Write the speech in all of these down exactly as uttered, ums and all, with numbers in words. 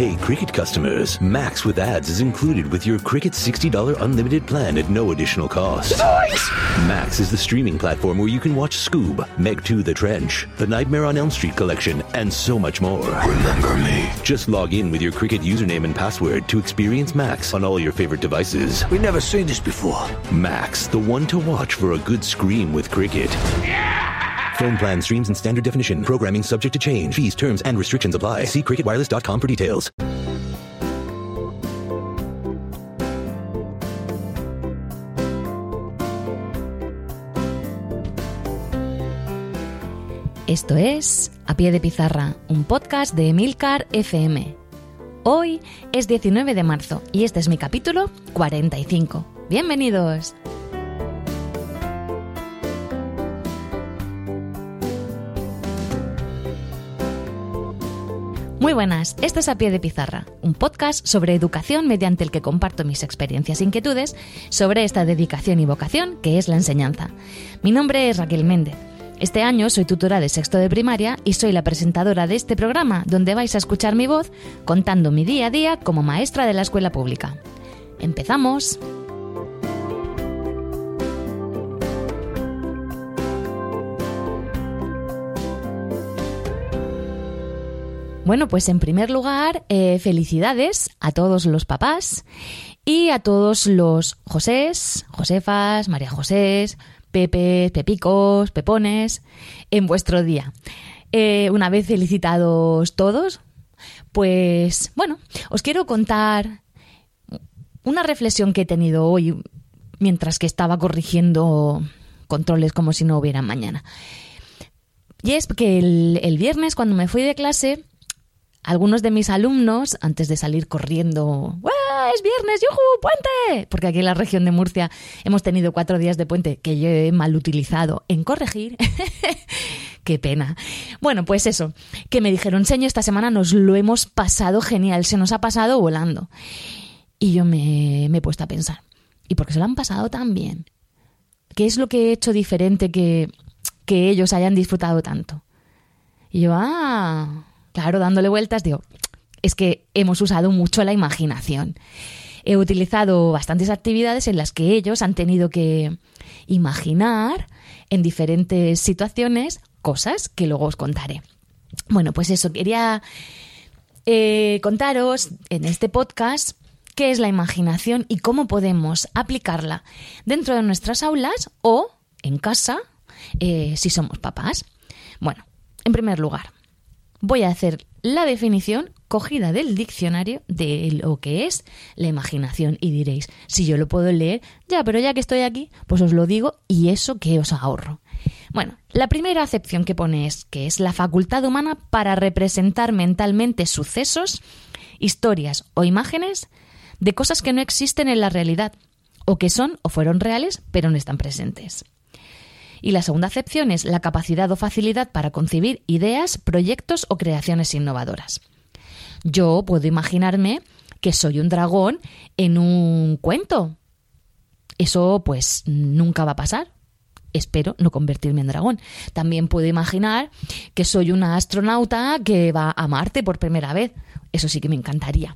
Hey, Cricket customers, Max with ads is included with your Cricket sixty dollars unlimited plan at no additional cost. Nice! Max is the streaming platform where you can watch Scoob, Meg two The Trench, The Nightmare on Elm Street collection, and so much more. Remember me. Just log in with your Cricket username and password to experience Max on all your favorite devices. We've never seen this before. Max, the one to watch for a good scream with Cricket. Yeah! Phone plan streams in standard definition. Programming subject to change. Fees, terms, and restrictions apply. See cricket wireless dot com for details. Esto es A Pie de Pizarra, un podcast de Emilcar F M. Hoy es diecinueve de marzo y este es mi capítulo cuarenta y cinco. ¡Bienvenidos! Muy buenas, esto es A Pie de Pizarra, un podcast sobre educación mediante el que comparto mis experiencias e inquietudes sobre esta dedicación y vocación que es la enseñanza. Mi nombre es Raquel Méndez. Este año soy tutora de sexto de primaria y soy la presentadora de este programa donde vais a escuchar mi voz contando mi día a día como maestra de la escuela pública. ¡Empezamos! Bueno, pues en primer lugar, eh, felicidades a todos los papás y a todos los Josés, Josefas, María Josés, Pepes, Pepicos, Pepones, en vuestro día. Eh, una vez felicitados todos, pues bueno, os quiero contar una reflexión que he tenido hoy mientras que estaba corrigiendo controles como si no hubiera mañana. Y es que el, el viernes cuando me fui de clase, algunos de mis alumnos, antes de salir corriendo, ¡guau! ¡Es viernes! ¡Yujú! ¡Puente! Porque aquí en la región de Murcia hemos tenido cuatro días de puente que yo he mal utilizado en corregir. ¡Qué pena! Bueno, pues eso, que me dijeron, Seño, esta semana nos lo hemos pasado genial, se nos ha pasado volando. Y yo me, me he puesto a pensar, ¿y por qué se lo han pasado tan bien? ¿Qué es lo que he hecho diferente que, que ellos hayan disfrutado tanto? Y yo, ah... Claro, dándole vueltas, digo, es que hemos usado mucho la imaginación. He utilizado bastantes actividades en las que ellos han tenido que imaginar en diferentes situaciones cosas que luego os contaré. Bueno, pues eso, quería eh, contaros en este podcast qué es la imaginación y cómo podemos aplicarla dentro de nuestras aulas o en casa eh, si somos papás. Bueno, en primer lugar, voy a hacer la definición cogida del diccionario de lo que es la imaginación. Y diréis, si yo lo puedo leer, ya, pero ya que estoy aquí, pues os lo digo y eso que os ahorro. Bueno, la primera acepción que pone es que es la facultad humana para representar mentalmente sucesos, historias o imágenes de cosas que no existen en la realidad, o que son o fueron reales, pero no están presentes. Y la segunda acepción es la capacidad o facilidad para concebir ideas, proyectos o creaciones innovadoras. Yo puedo imaginarme que soy un dragón en un cuento. Eso pues nunca va a pasar. Espero no convertirme en dragón. También puedo imaginar que soy una astronauta que va a Marte por primera vez. Eso sí que me encantaría.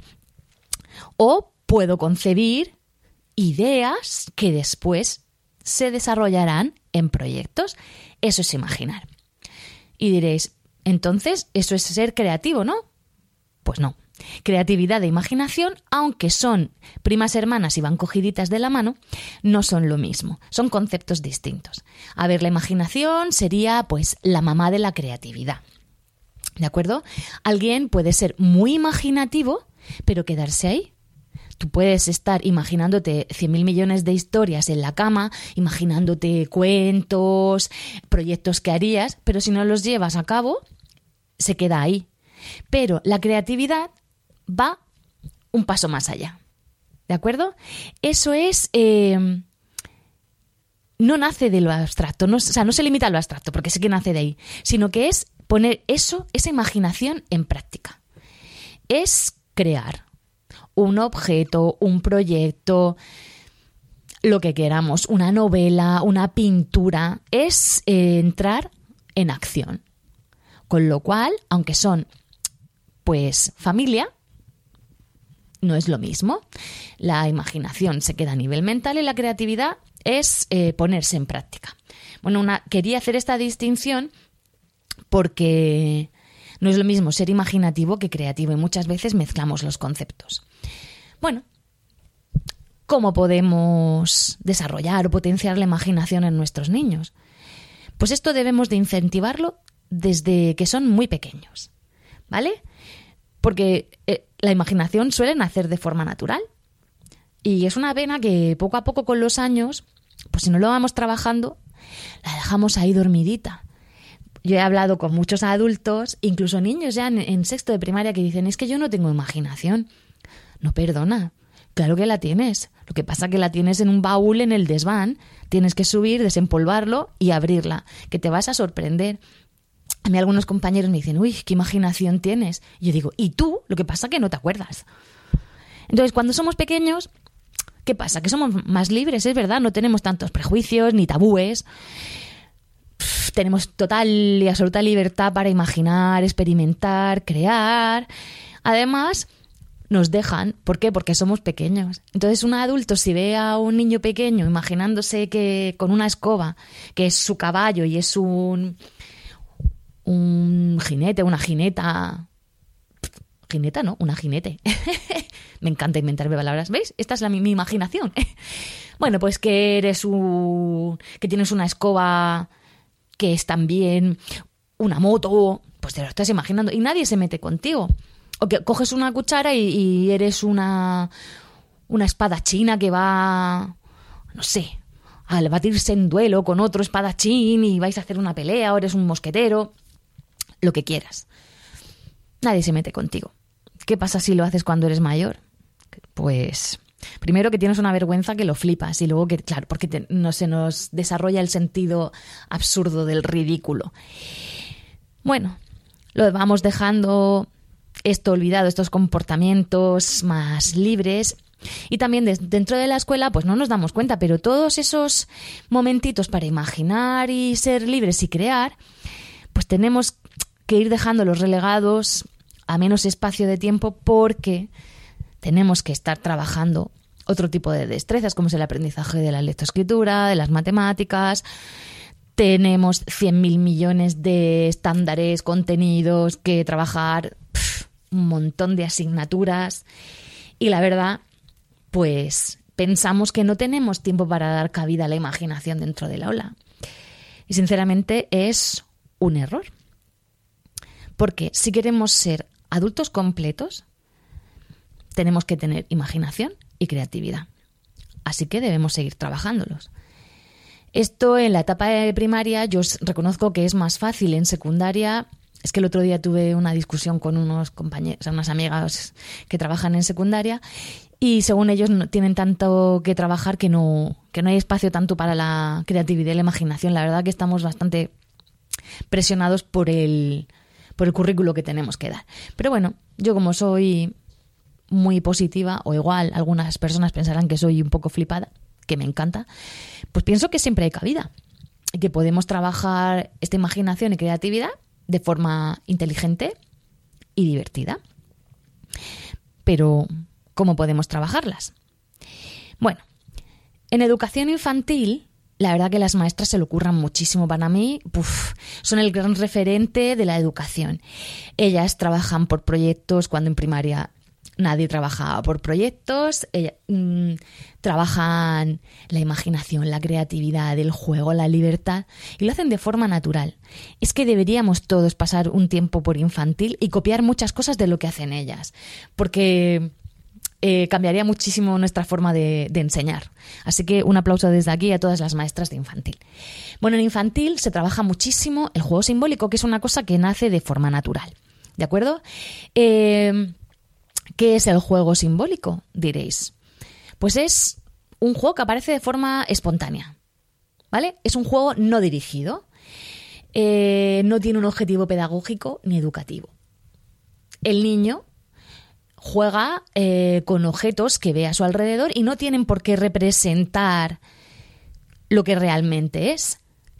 O puedo concebir ideas que después se desarrollarán en proyectos. Eso es imaginar. Y diréis, entonces, eso es ser creativo, ¿no? Pues no. Creatividad e imaginación, aunque son primas hermanas y van cogiditas de la mano, no son lo mismo. Son conceptos distintos. A ver, la imaginación sería, pues, la mamá de la creatividad. ¿De acuerdo? Alguien puede ser muy imaginativo, pero quedarse ahí. Tú puedes estar imaginándote cien mil millones de historias en la cama, imaginándote cuentos, proyectos que harías, pero si no los llevas a cabo, se queda ahí. Pero la creatividad va un paso más allá. ¿De acuerdo? Eso es... Eh, no nace de lo abstracto, no, o sea, no se limita a lo abstracto, porque sí que nace de ahí, sino que es poner eso, esa imaginación en práctica. Es crear un objeto, un proyecto, lo que queramos, una novela, una pintura, es eh, entrar en acción. Con lo cual, aunque son pues familia, no es lo mismo. La imaginación se queda a nivel mental y la creatividad es eh, ponerse en práctica. Bueno, una, quería hacer esta distinción porque no es lo mismo ser imaginativo que creativo y muchas veces mezclamos los conceptos. Bueno, ¿cómo podemos desarrollar o potenciar la imaginación en nuestros niños? Pues esto debemos de incentivarlo desde que son muy pequeños, ¿vale? Porque eh, la imaginación suele nacer de forma natural y es una pena que poco a poco con los años, pues si no lo vamos trabajando, la dejamos ahí dormidita. Yo he hablado con muchos adultos, incluso niños ya en, en sexto de primaria, que dicen, es que yo no tengo imaginación. No, perdona, claro que la tienes. Lo que pasa es que la tienes en un baúl en el desván. Tienes que subir, desempolvarlo y abrirla, que te vas a sorprender. A mí algunos compañeros me dicen, uy, qué imaginación tienes. Y yo digo, ¿y tú? Lo que pasa es que no te acuerdas. Entonces, cuando somos pequeños, ¿qué pasa? Que somos más libres, es verdad, no tenemos tantos prejuicios ni tabúes. Pff, tenemos total y absoluta libertad para imaginar, experimentar, crear. Además, nos dejan. ¿Por qué? Porque somos pequeños. Entonces, un adulto, si ve a un niño pequeño imaginándose que con una escoba, que es su caballo y es un... un jinete, una jineta... Jineta, ¿no? Una jinete. Me encanta inventarme palabras. ¿Veis? Esta es la, mi, mi imaginación. Bueno, pues que eres un... que tienes una escoba que es también una moto, pues te lo estás imaginando y nadie se mete contigo. O que coges una cuchara y, y eres una... una espadachina que va... no sé... al batirse en duelo con otro espadachín y vais a hacer una pelea o eres un mosquetero... lo que quieras. Nadie se mete contigo. ¿Qué pasa si lo haces cuando eres mayor? Pues primero que tienes una vergüenza que lo flipas y luego que, claro, porque te, no se nos desarrolla el sentido absurdo del ridículo. Bueno, lo vamos dejando esto olvidado, estos comportamientos más libres. Y también de, dentro de la escuela pues no nos damos cuenta, pero todos esos momentitos para imaginar y ser libres y crear, pues tenemos que ir dejándolos relegados a menos espacio de tiempo porque tenemos que estar trabajando otro tipo de destrezas, como es el aprendizaje de la lectoescritura, de las matemáticas. Tenemos cien mil millones de estándares, contenidos que trabajar, pff, un montón de asignaturas. Y la verdad, pues pensamos que no tenemos tiempo para dar cabida a la imaginación dentro del aula. Y sinceramente es un error. Porque si queremos ser adultos completos, tenemos que tener imaginación y creatividad. Así que debemos seguir trabajándolos. Esto en la etapa de primaria yo os reconozco que es más fácil. En secundaria, es que el otro día tuve una discusión con unos compañeros, unas amigas que trabajan en secundaria y según ellos no tienen tanto que trabajar que no, que no hay espacio tanto para la creatividad y la imaginación. La verdad que estamos bastante presionados por el... por el currículo que tenemos que dar. Pero bueno, yo como soy muy positiva, o igual algunas personas pensarán que soy un poco flipada, que me encanta, pues pienso que siempre hay cabida y que podemos trabajar esta imaginación y creatividad de forma inteligente y divertida. Pero, ¿cómo podemos trabajarlas? Bueno, en educación infantil... la verdad que las maestras se lo curran muchísimo. Para mí, uf, son el gran referente de la educación. Ellas trabajan por proyectos cuando en primaria nadie trabajaba por proyectos. Ellas, mmm, trabajan la imaginación, la creatividad, el juego, la libertad y lo hacen de forma natural. Es que deberíamos todos pasar un tiempo por infantil y copiar muchas cosas de lo que hacen ellas. Porque... Eh, cambiaría muchísimo nuestra forma de, de enseñar. Así que un aplauso desde aquí a todas las maestras de infantil. Bueno, en infantil se trabaja muchísimo el juego simbólico, que es una cosa que nace de forma natural. ¿De acuerdo? Eh, ¿Qué es el juego simbólico? Diréis. Pues es un juego que aparece de forma espontánea. ¿Vale? Es un juego no dirigido. Eh, no tiene un objetivo pedagógico ni educativo. El niño juega eh, con objetos que ve a su alrededor y no tienen por qué representar lo que realmente es.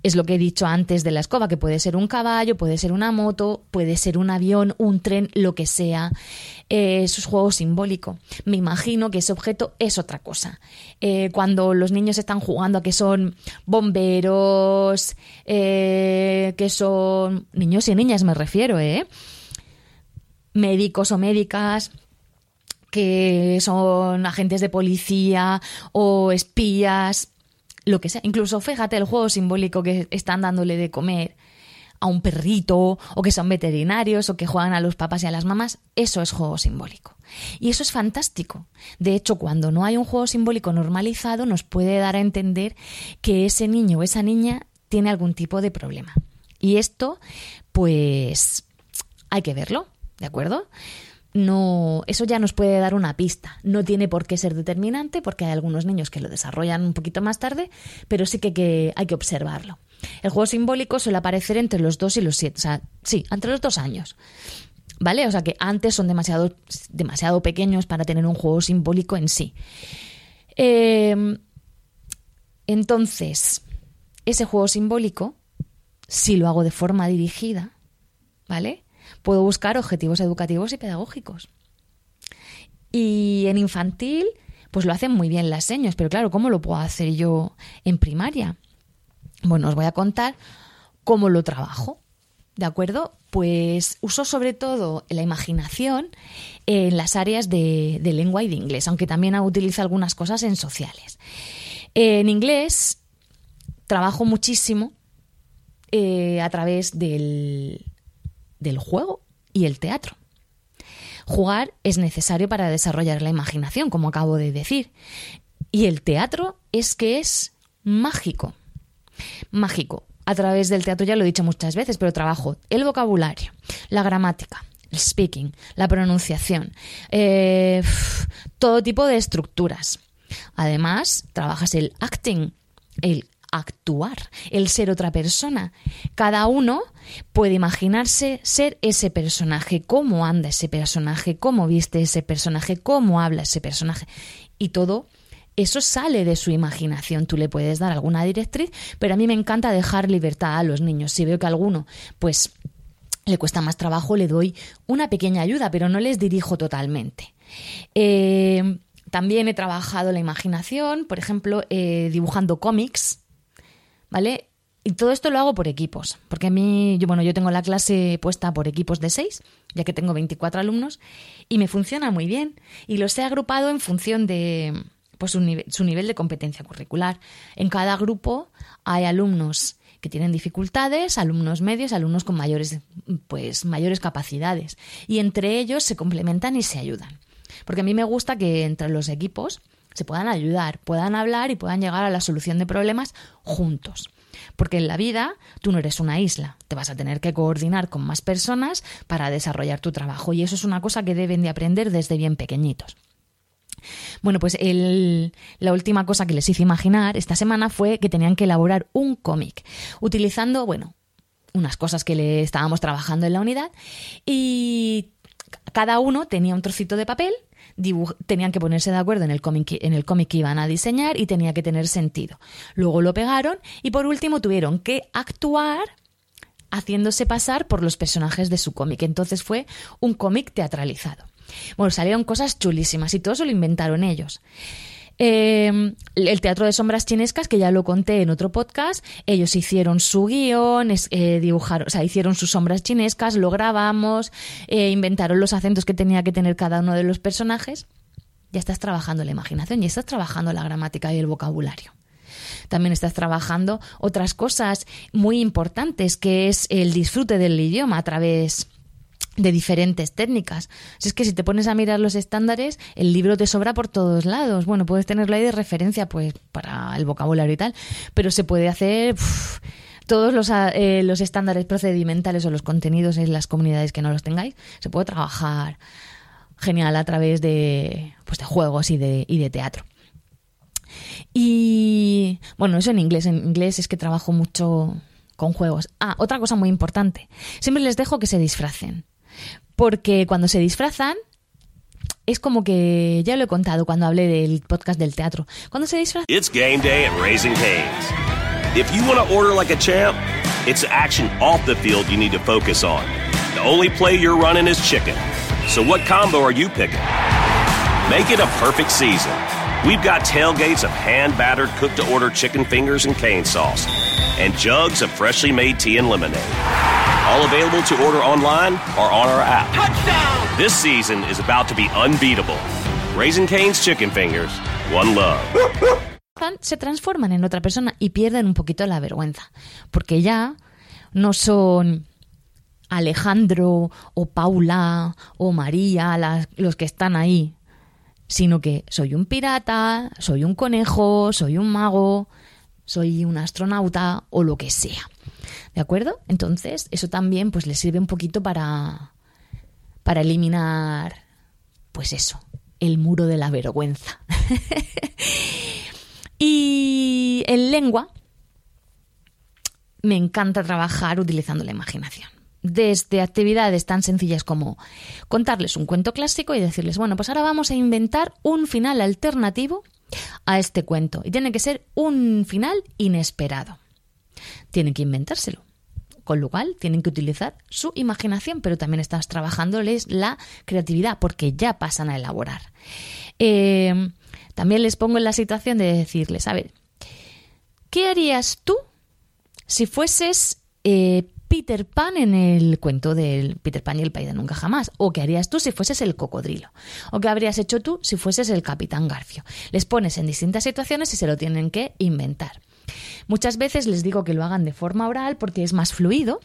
es lo que he dicho antes de la escoba, que puede ser un caballo, puede ser una moto, puede ser un avión, un tren, lo que sea. Eh, eso es juego simbólico. Me imagino que ese objeto es otra cosa. Eh, cuando los niños están jugando a que son bomberos, eh, que son niños y niñas me refiero, ¿eh? médicos o médicas, que son agentes de policía o espías, lo que sea. Incluso fíjate el juego simbólico que están dándole de comer a un perrito, o que son veterinarios, o que juegan a los papás y a las mamás. Eso es juego simbólico. Y eso es fantástico. De hecho, cuando no hay un juego simbólico normalizado, nos puede dar a entender que ese niño o esa niña tiene algún tipo de problema. Y esto, pues, hay que verlo, ¿de acuerdo? No, eso ya nos puede dar una pista. No tiene por qué ser determinante, porque hay algunos niños que lo desarrollan un poquito más tarde, pero sí que, que hay que observarlo. El juego simbólico suele aparecer entre los dos y los siete, o sea, sí, entre los dos años, ¿vale? O sea que antes son demasiado, demasiado pequeños para tener un juego simbólico en sí. Eh, entonces, ese juego simbólico, si lo hago de forma dirigida, ¿vale?, puedo buscar objetivos educativos y pedagógicos. Y en infantil, pues lo hacen muy bien las señas, pero claro, ¿cómo lo puedo hacer yo en primaria? Bueno, os voy a contar cómo lo trabajo, ¿de acuerdo? Pues uso sobre todo la imaginación en las áreas de, de lengua y de inglés, aunque también utilizo algunas cosas en sociales. En inglés trabajo muchísimo eh, a través del... del juego y el teatro. Jugar es necesario para desarrollar la imaginación, como acabo de decir. Y el teatro es que es mágico. Mágico. A través del teatro ya lo he dicho muchas veces, pero trabajo el vocabulario, la gramática, el speaking, la pronunciación, eh, todo tipo de estructuras. Además, trabajas el acting, el actuar, el ser otra persona. Cada uno puede imaginarse ser ese personaje, cómo anda ese personaje, cómo viste ese personaje, cómo habla ese personaje. Y todo eso sale de su imaginación. Tú le puedes dar alguna directriz, pero a mí me encanta dejar libertad a los niños. Si veo que a alguno, pues, le cuesta más trabajo, le doy una pequeña ayuda, pero no les dirijo totalmente. Eh, también he trabajado la imaginación, por ejemplo, eh, dibujando cómics, ¿vale? Y todo esto lo hago por equipos, porque a mí, yo, bueno, yo tengo la clase puesta por equipos de seis, ya que tengo veinticuatro alumnos, y me funciona muy bien. Y los he agrupado en función de, pues, su, nive- su nivel de competencia curricular. En cada grupo hay alumnos que tienen dificultades, alumnos medios, alumnos con mayores, pues, mayores capacidades. Y entre ellos se complementan y se ayudan. Porque a mí me gusta que entre los equipos se puedan ayudar, puedan hablar y puedan llegar a la solución de problemas juntos. Porque en la vida tú no eres una isla, te vas a tener que coordinar con más personas para desarrollar tu trabajo, y eso es una cosa que deben de aprender desde bien pequeñitos. Bueno, pues el, la última cosa que les hice imaginar esta semana fue que tenían que elaborar un cómic utilizando, bueno, unas cosas que le estábamos trabajando en la unidad, y cada uno tenía un trocito de papel. Dibuj- tenían que ponerse de acuerdo en el cómic en el cómic que iban a diseñar y tenía que tener sentido. Luego lo pegaron y por último tuvieron que actuar haciéndose pasar por los personajes de su cómic. Entonces fue un cómic teatralizado. Bueno, salieron cosas chulísimas y todo eso lo inventaron ellos. Eh, el teatro de sombras chinescas, que ya lo conté en otro podcast, ellos hicieron su guión, eh, dibujaron, o sea, hicieron sus sombras chinescas, lo grabamos, eh, inventaron los acentos que tenía que tener cada uno de los personajes. Ya estás trabajando la imaginación, ya estás trabajando la gramática y el vocabulario. También estás trabajando otras cosas muy importantes, que es el disfrute del idioma a través de diferentes técnicas. Si es que si te pones a mirar los estándares, el libro te sobra por todos lados. Bueno, puedes tenerlo ahí de referencia, pues, para el vocabulario y tal, pero se puede hacer uff, todos los, eh, los estándares procedimentales o los contenidos en las comunidades que no los tengáis, se puede trabajar genial a través de, pues, de juegos y de, y de teatro. Y bueno, eso en inglés. En inglés es que trabajo mucho con juegos. Ah, otra cosa muy importante. Siempre les dejo que se disfracen. Porque cuando se disfrazan, es como que, ya lo he contado cuando hablé del podcast del teatro, cuando se disfrazan... It's game day at Raising Cane's. If you want to order like a champ, it's action off the field you need to focus on. The only play you're running is chicken. So what combo are you picking? Make it a perfect season. We've got tailgates of hand-battered, cooked-to-order chicken fingers and cane sauce, and jugs of freshly made tea and lemonade. All available to order online or on our app. Touchdown! This season is about to be unbeatable. Raising Cane's Chicken Fingers, one love. Se transforman en otra persona y pierden un poquito la vergüenza, porque ya no son Alejandro o Paula o María las, los que están ahí, sino que soy un pirata, soy un conejo, soy un mago, soy un astronauta o lo que sea. ¿De acuerdo? Entonces, eso también pues les sirve un poquito para, para eliminar, pues eso, el muro de la vergüenza. Y en lengua me encanta trabajar utilizando la imaginación. Desde actividades tan sencillas como contarles un cuento clásico y decirles, bueno, pues ahora vamos a inventar un final alternativo a este cuento. Y tiene que ser un final inesperado. Tienen que inventárselo. Con lo cual, tienen que utilizar su imaginación, pero también estás trabajándoles la creatividad, porque ya pasan a elaborar. Eh, también les pongo en la situación de decirles, a ver, ¿qué harías tú si fueses eh, Peter Pan en el cuento del Peter Pan y el país de nunca jamás? ¿O qué harías tú si fueses el cocodrilo? ¿O qué habrías hecho tú si fueses el Capitán Garfio? Les pones en distintas situaciones y se lo tienen que inventar. Muchas veces les digo que lo hagan de forma oral porque es más fluido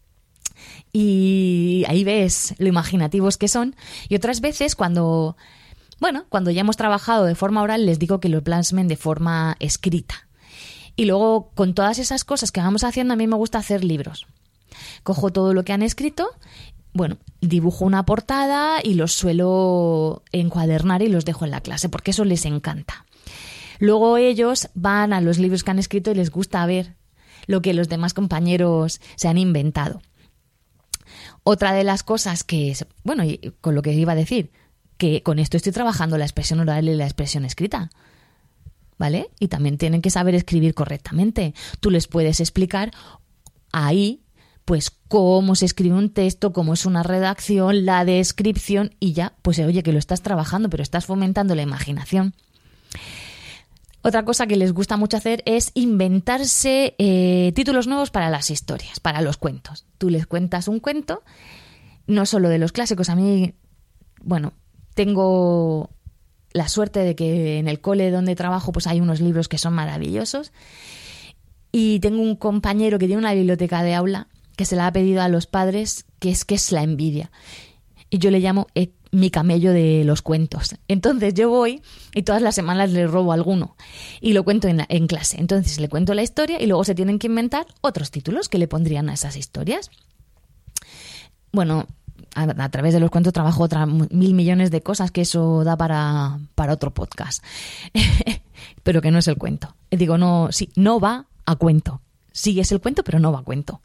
y ahí ves lo imaginativos que son. Y otras veces cuando, bueno, cuando ya hemos trabajado de forma oral les digo que lo plasmen de forma escrita. Y luego con todas esas cosas que vamos haciendo a mí me gusta hacer libros. Cojo todo lo que han escrito, bueno, dibujo una portada y los suelo encuadernar y los dejo en la clase porque eso les encanta. Luego ellos van a los libros que han escrito y les gusta ver lo que los demás compañeros se han inventado. Otra de las cosas que, bueno, y con lo que iba a decir, que con esto estoy trabajando la expresión oral y la expresión escrita, ¿vale? Y también tienen que saber escribir correctamente. Tú les puedes explicar ahí, pues, cómo se escribe un texto, cómo es una redacción, la descripción y ya, pues, oye, que lo estás trabajando, pero estás fomentando la imaginación. Otra cosa que les gusta mucho hacer es inventarse eh, títulos nuevos para las historias, para los cuentos. Tú les cuentas un cuento, no solo de los clásicos. A mí, bueno, tengo la suerte de que en el cole donde trabajo pues hay unos libros que son maravillosos. Y tengo un compañero que tiene una biblioteca de aula que se la ha pedido a los padres, que es que es la envidia. Y yo le llamo eh, mi camello de los cuentos. Entonces yo voy y todas las semanas le robo alguno y lo cuento en, la, en clase. Entonces le cuento la historia y luego se tienen que inventar otros títulos que le pondrían a esas historias. Bueno, a, a través de los cuentos trabajo otras mil millones de cosas que eso da para, para otro podcast. Pero que no es el cuento. Digo, no, sí, no va a cuento. Sí es el cuento, pero no va a cuento.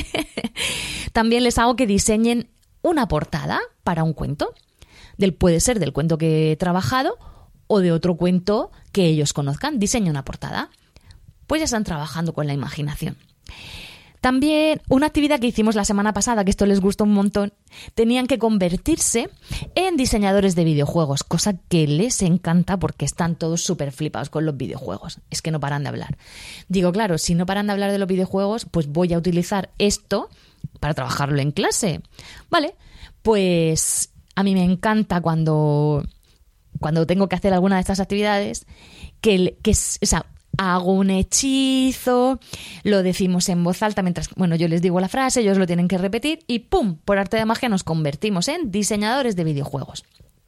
También les hago que diseñen una portada para un cuento. Del, puede ser del cuento que he trabajado o de otro cuento que ellos conozcan. Diseña una portada. Pues ya están trabajando con la imaginación. También una actividad que hicimos la semana pasada, que esto les gustó un montón, tenían que convertirse en diseñadores de videojuegos, cosa que les encanta porque están todos súper flipados con los videojuegos. Es que no paran de hablar. Digo, claro, si no paran de hablar de los videojuegos, pues voy a utilizar esto para trabajarlo en clase. Vale, pues a mí me encanta cuando, cuando tengo que hacer alguna de estas actividades, que, que o sea, hago un hechizo, lo decimos en voz alta mientras, bueno, yo les digo la frase, ellos lo tienen que repetir y ¡pum! Por arte de magia nos convertimos en diseñadores de videojuegos.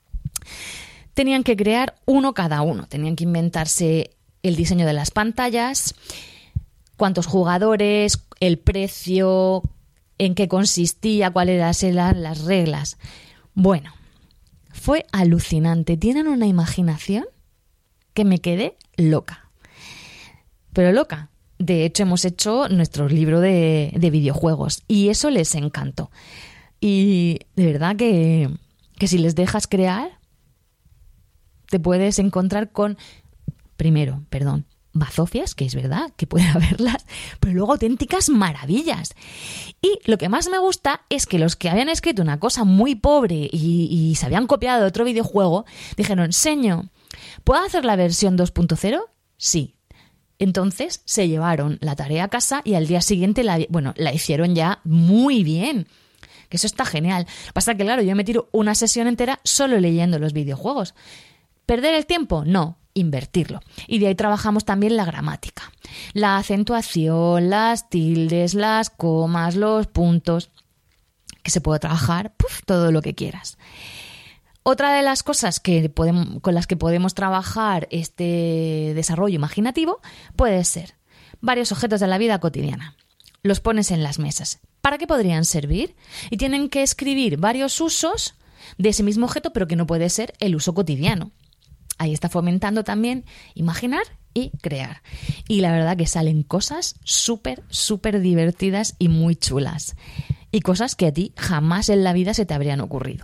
Tenían que crear uno cada uno, tenían que inventarse el diseño de las pantallas, cuántos jugadores, el precio, en qué consistía, cuáles eran las reglas. Bueno, fue alucinante. Tienen una imaginación que me quedé loca. Pero loca. De hecho, hemos hecho nuestro libro de, de videojuegos y eso les encantó. Y de verdad que, que si les dejas crear, te puedes encontrar con, primero, perdón, bazofias, que es verdad que puede haberlas, pero luego auténticas maravillas. Y lo que más me gusta es que los que habían escrito una cosa muy pobre y, y se habían copiado de otro videojuego, dijeron, señor, ¿puedo hacer la versión dos punto cero? Sí. Entonces se llevaron la tarea a casa y al día siguiente la, bueno, la hicieron ya muy bien. Que eso está genial. Pasa que, claro, yo me tiro una sesión entera solo leyendo los videojuegos. ¿Perder el tiempo? No. Invertirlo. Y de ahí trabajamos también la gramática, la acentuación, las tildes, las comas, los puntos, que se puede trabajar puff, todo lo que quieras. Otra de las cosas que podemos, con las que podemos trabajar este desarrollo imaginativo puede ser varios objetos de la vida cotidiana. Los pones en las mesas. ¿Para qué podrían servir? Y tienen que escribir varios usos de ese mismo objeto, pero que no puede ser el uso cotidiano. Ahí está fomentando también imaginar y crear. Y la verdad que salen cosas súper, súper divertidas y muy chulas. Y cosas que a ti jamás en la vida se te habrían ocurrido.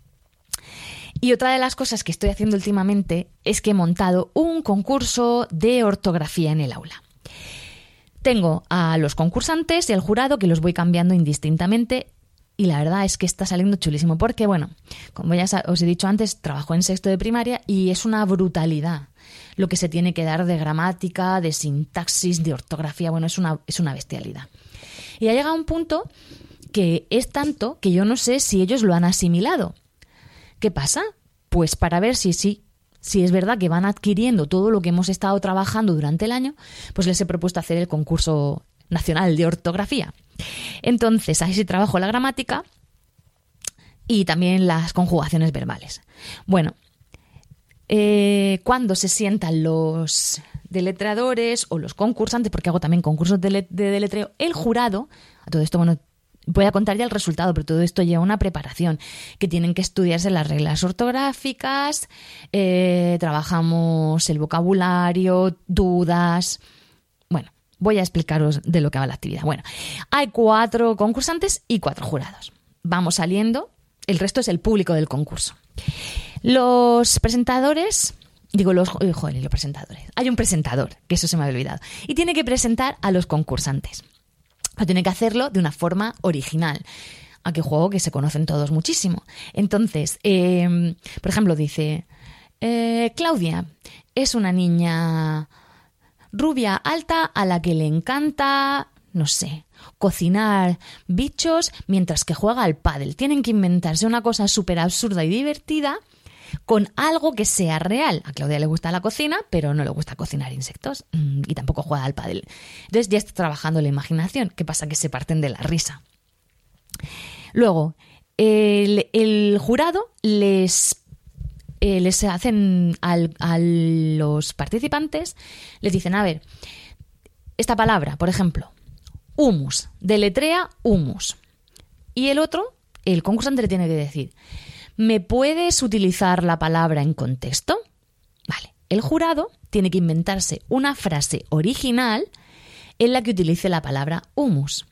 Y otra de las cosas que estoy haciendo últimamente es que he montado un concurso de ortografía en el aula. Tengo a los concursantes y al jurado que los voy cambiando indistintamente. Y la verdad es que está saliendo chulísimo porque, bueno, como ya os he dicho antes, trabajo en sexto de primaria y es una brutalidad lo que se tiene que dar de gramática, de sintaxis, de ortografía. Bueno, es una, es una bestialidad. Y ha llegado un punto que es tanto que yo no sé si ellos lo han asimilado. ¿Qué pasa? Pues para ver si sí, si es verdad que van adquiriendo todo lo que hemos estado trabajando durante el año, pues les he propuesto hacer el concurso nacional de ortografía. Entonces, ahí sí trabajo la gramática y también las conjugaciones verbales. Bueno, eh, cuando se sientan los deletreadores o los concursantes, porque hago también concursos de, le- de deletreo, el jurado, a todo esto, bueno, voy a contar ya el resultado, pero todo esto lleva una preparación, que tienen que estudiarse las reglas ortográficas, eh, trabajamos el vocabulario, dudas. Bueno, voy a explicaros de lo que va la actividad. Bueno, hay cuatro concursantes y cuatro jurados. Vamos saliendo, el resto es el público del concurso. Los presentadores, digo los, joder, los presentadores. Hay un presentador, que eso se me había olvidado, y tiene que presentar a los concursantes. Pero tiene que hacerlo de una forma original. Aquí juego que se conocen todos muchísimo. Entonces, eh, por ejemplo, dice, eh, Claudia es una niña rubia, alta, a la que le encanta, no sé, cocinar bichos mientras que juega al pádel. Tienen que inventarse una cosa súper absurda y divertida con algo que sea real. A Claudia le gusta la cocina, pero no le gusta cocinar insectos y tampoco juega al pádel. Entonces ya está trabajando la imaginación. ¿Qué pasa? Que se parten de la risa. Luego, el, el jurado les... Eh, les hacen al, a los participantes, les dicen, a ver, esta palabra, por ejemplo, humus, deletrea humus. Y el otro, el concursante le tiene que decir, ¿me puedes utilizar la palabra en contexto? Vale, el jurado tiene que inventarse una frase original en la que utilice la palabra humus.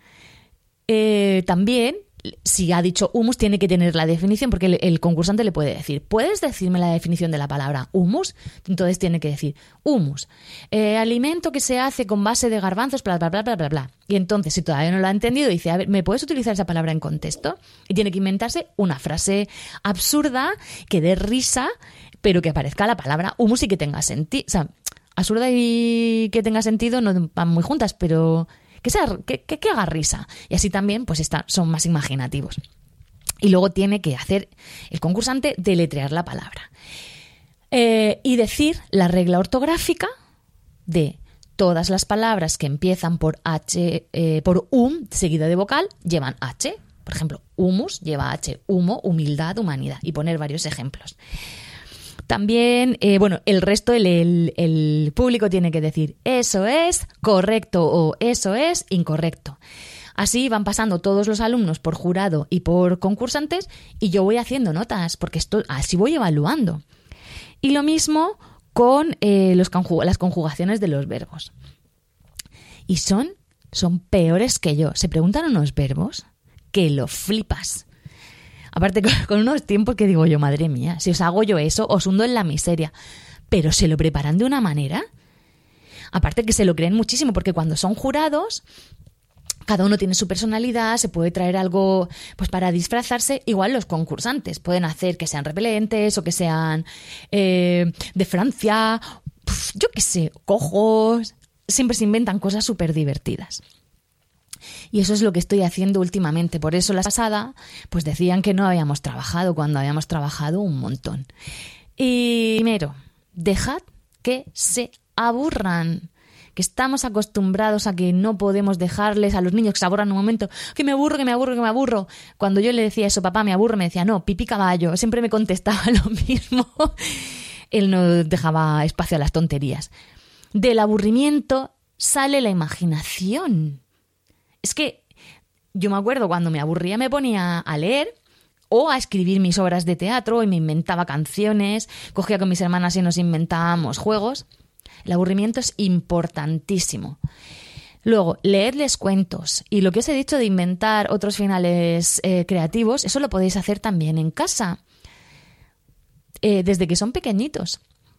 Eh, también, si ha dicho humus, tiene que tener la definición, porque el, el concursante le puede decir, ¿puedes decirme la definición de la palabra humus? Entonces tiene que decir humus, eh, alimento que se hace con base de garbanzos, bla, bla, bla, bla, bla, bla. Y entonces, si todavía no lo ha entendido, dice, a ver, ¿me puedes utilizar esa palabra en contexto? Y tiene que inventarse una frase absurda que dé risa, pero que aparezca la palabra humus y que tenga sentido. O sea, absurda y que tenga sentido no van muy juntas, pero... Que, sea, que, que, que haga risa. Y así también pues está, son más imaginativos. Y luego tiene que hacer el concursante deletrear la palabra. Eh, y decir la regla ortográfica de todas las palabras que empiezan por H, eh, por um, seguida de vocal, llevan H. Por ejemplo, humus lleva H, humo, humildad, humanidad. Y poner varios ejemplos. También, eh, bueno, el resto, el, el, el público tiene que decir eso es correcto o eso es incorrecto. Así van pasando todos los alumnos por jurado y por concursantes y yo voy haciendo notas porque esto, así voy evaluando. Y lo mismo con eh, los conjug- las conjugaciones de los verbos. Y son, son peores que yo. Se preguntan unos verbos que lo flipas. Aparte con unos tiempos que digo yo, madre mía, si os hago yo eso, os hundo en la miseria. Pero se lo preparan de una manera Aparte que se lo creen muchísimo, porque cuando son jurados, cada uno tiene su personalidad, se puede traer algo pues para disfrazarse. Igual los concursantes pueden hacer que sean repelentes o que sean eh, de Francia, uf, yo qué sé, cojos. Siempre se inventan cosas súper divertidas. Y eso es lo que estoy haciendo últimamente. Por eso la pasada pues decían que no habíamos trabajado cuando habíamos trabajado un montón. Y primero, dejad que se aburran. Que estamos acostumbrados a que no podemos dejarles a los niños que se aburran un momento, que me aburro, que me aburro, que me aburro. Cuando yo le decía eso, papá, me aburro, me decía, no, pipí caballo. Siempre me contestaba lo mismo. Él no dejaba espacio a las tonterías. Del aburrimiento sale la imaginación. Es que yo me acuerdo cuando me aburría me ponía a leer o a escribir mis obras de teatro y me inventaba canciones, cogía con mis hermanas y nos inventábamos juegos. El aburrimiento es importantísimo. Luego, leedles cuentos. Y lo que os he dicho de inventar otros finales eh, creativos, eso lo podéis hacer también en casa. Eh, desde que son pequeñitos.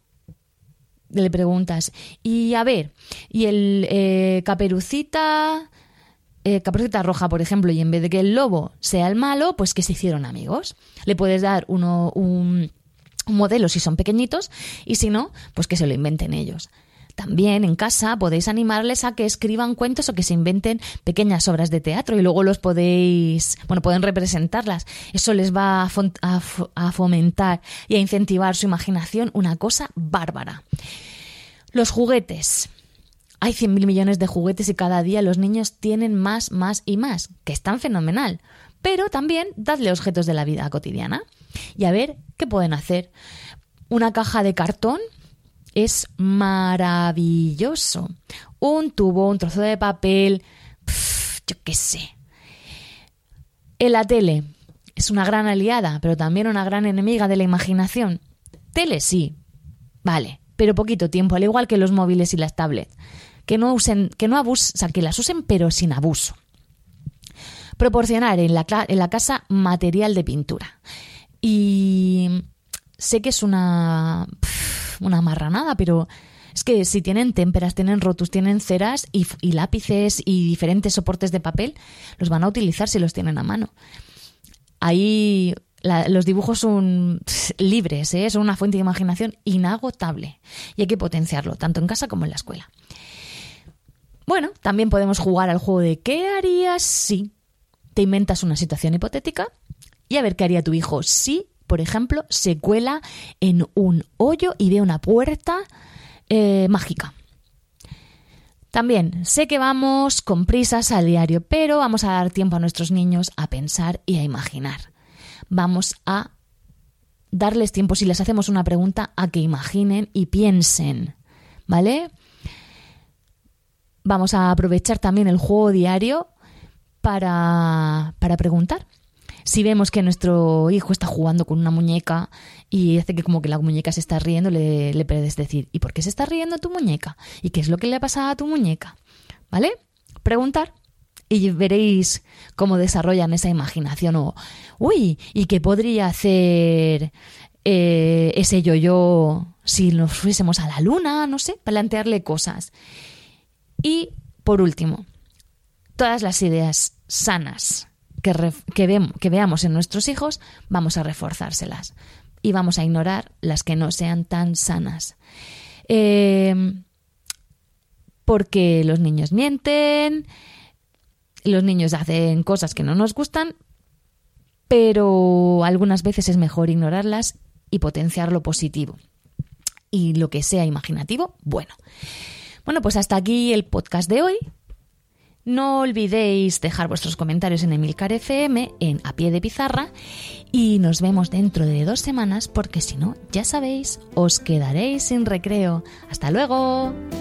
Le preguntas, y a ver, y el eh, caperucita, eh, caperucita roja, por ejemplo, y en vez de que el lobo sea el malo, pues que se hicieron amigos. Le puedes dar uno un... un modelo si son pequeñitos y si no, pues que se lo inventen ellos. También en casa podéis animarles a que escriban cuentos o que se inventen pequeñas obras de teatro y luego los podéis, bueno, pueden representarlas. Eso les va a, fo- a, fo- a fomentar y a incentivar su imaginación, una cosa bárbara. Los juguetes. Hay cien mil millones de juguetes y cada día los niños tienen más, más y más, que están fenomenal. Pero también dadle objetos de la vida cotidiana y a ver qué pueden hacer. Una caja de cartón es maravilloso. Un tubo, un trozo de papel, pff, yo qué sé. En la tele es una gran aliada, pero también una gran enemiga de la imaginación. Tele sí, vale, pero poquito tiempo, al igual que los móviles y las tablets. Que no usen, que no abusen, o sea, que las usen pero sin abuso. Proporcionar en la, en la casa material de pintura. Y sé que es una, una marranada, pero es que si tienen témperas, tienen rotus, tienen ceras y, y lápices y diferentes soportes de papel, los van a utilizar si los tienen a mano. Ahí la, los dibujos son libres, ¿eh? Son una fuente de imaginación inagotable y hay que potenciarlo, tanto en casa como en la escuela. Bueno, también podemos jugar al juego de ¿qué harías si? Te inventas una situación hipotética y a ver qué haría tu hijo si, por ejemplo, se cuela en un hoyo y ve una puerta eh, mágica. También sé que vamos con prisas al diario, pero vamos a dar tiempo a nuestros niños a pensar y a imaginar. Vamos a darles tiempo, si les hacemos una pregunta, a que imaginen y piensen, ¿vale? Vamos a aprovechar también el juego diario para, para preguntar. Si vemos que nuestro hijo está jugando con una muñeca y hace que como que la muñeca se está riendo, le, le puedes decir, ¿y por qué se está riendo tu muñeca? ¿Y qué es lo que le ha pasado a tu muñeca? ¿Vale? Preguntar y veréis cómo desarrollan esa imaginación. O, uy, ¿y qué podría hacer eh, ese yo-yo si nos fuésemos a la luna? No sé, plantearle cosas. Y, por último, todas las ideas sanas que, re, que, ve, que veamos en nuestros hijos, vamos a reforzárselas y vamos a ignorar las que no sean tan sanas. Eh, porque los niños mienten, los niños hacen cosas que no nos gustan, pero algunas veces es mejor ignorarlas y potenciar lo positivo. Y lo que sea imaginativo, bueno. Bueno, pues hasta aquí el podcast de hoy. No olvidéis dejar vuestros comentarios en Emilcar F M, en A Pie de Pizarra, y nos vemos dentro de dos semanas porque si no, ya sabéis, os quedaréis sin recreo. ¡Hasta luego!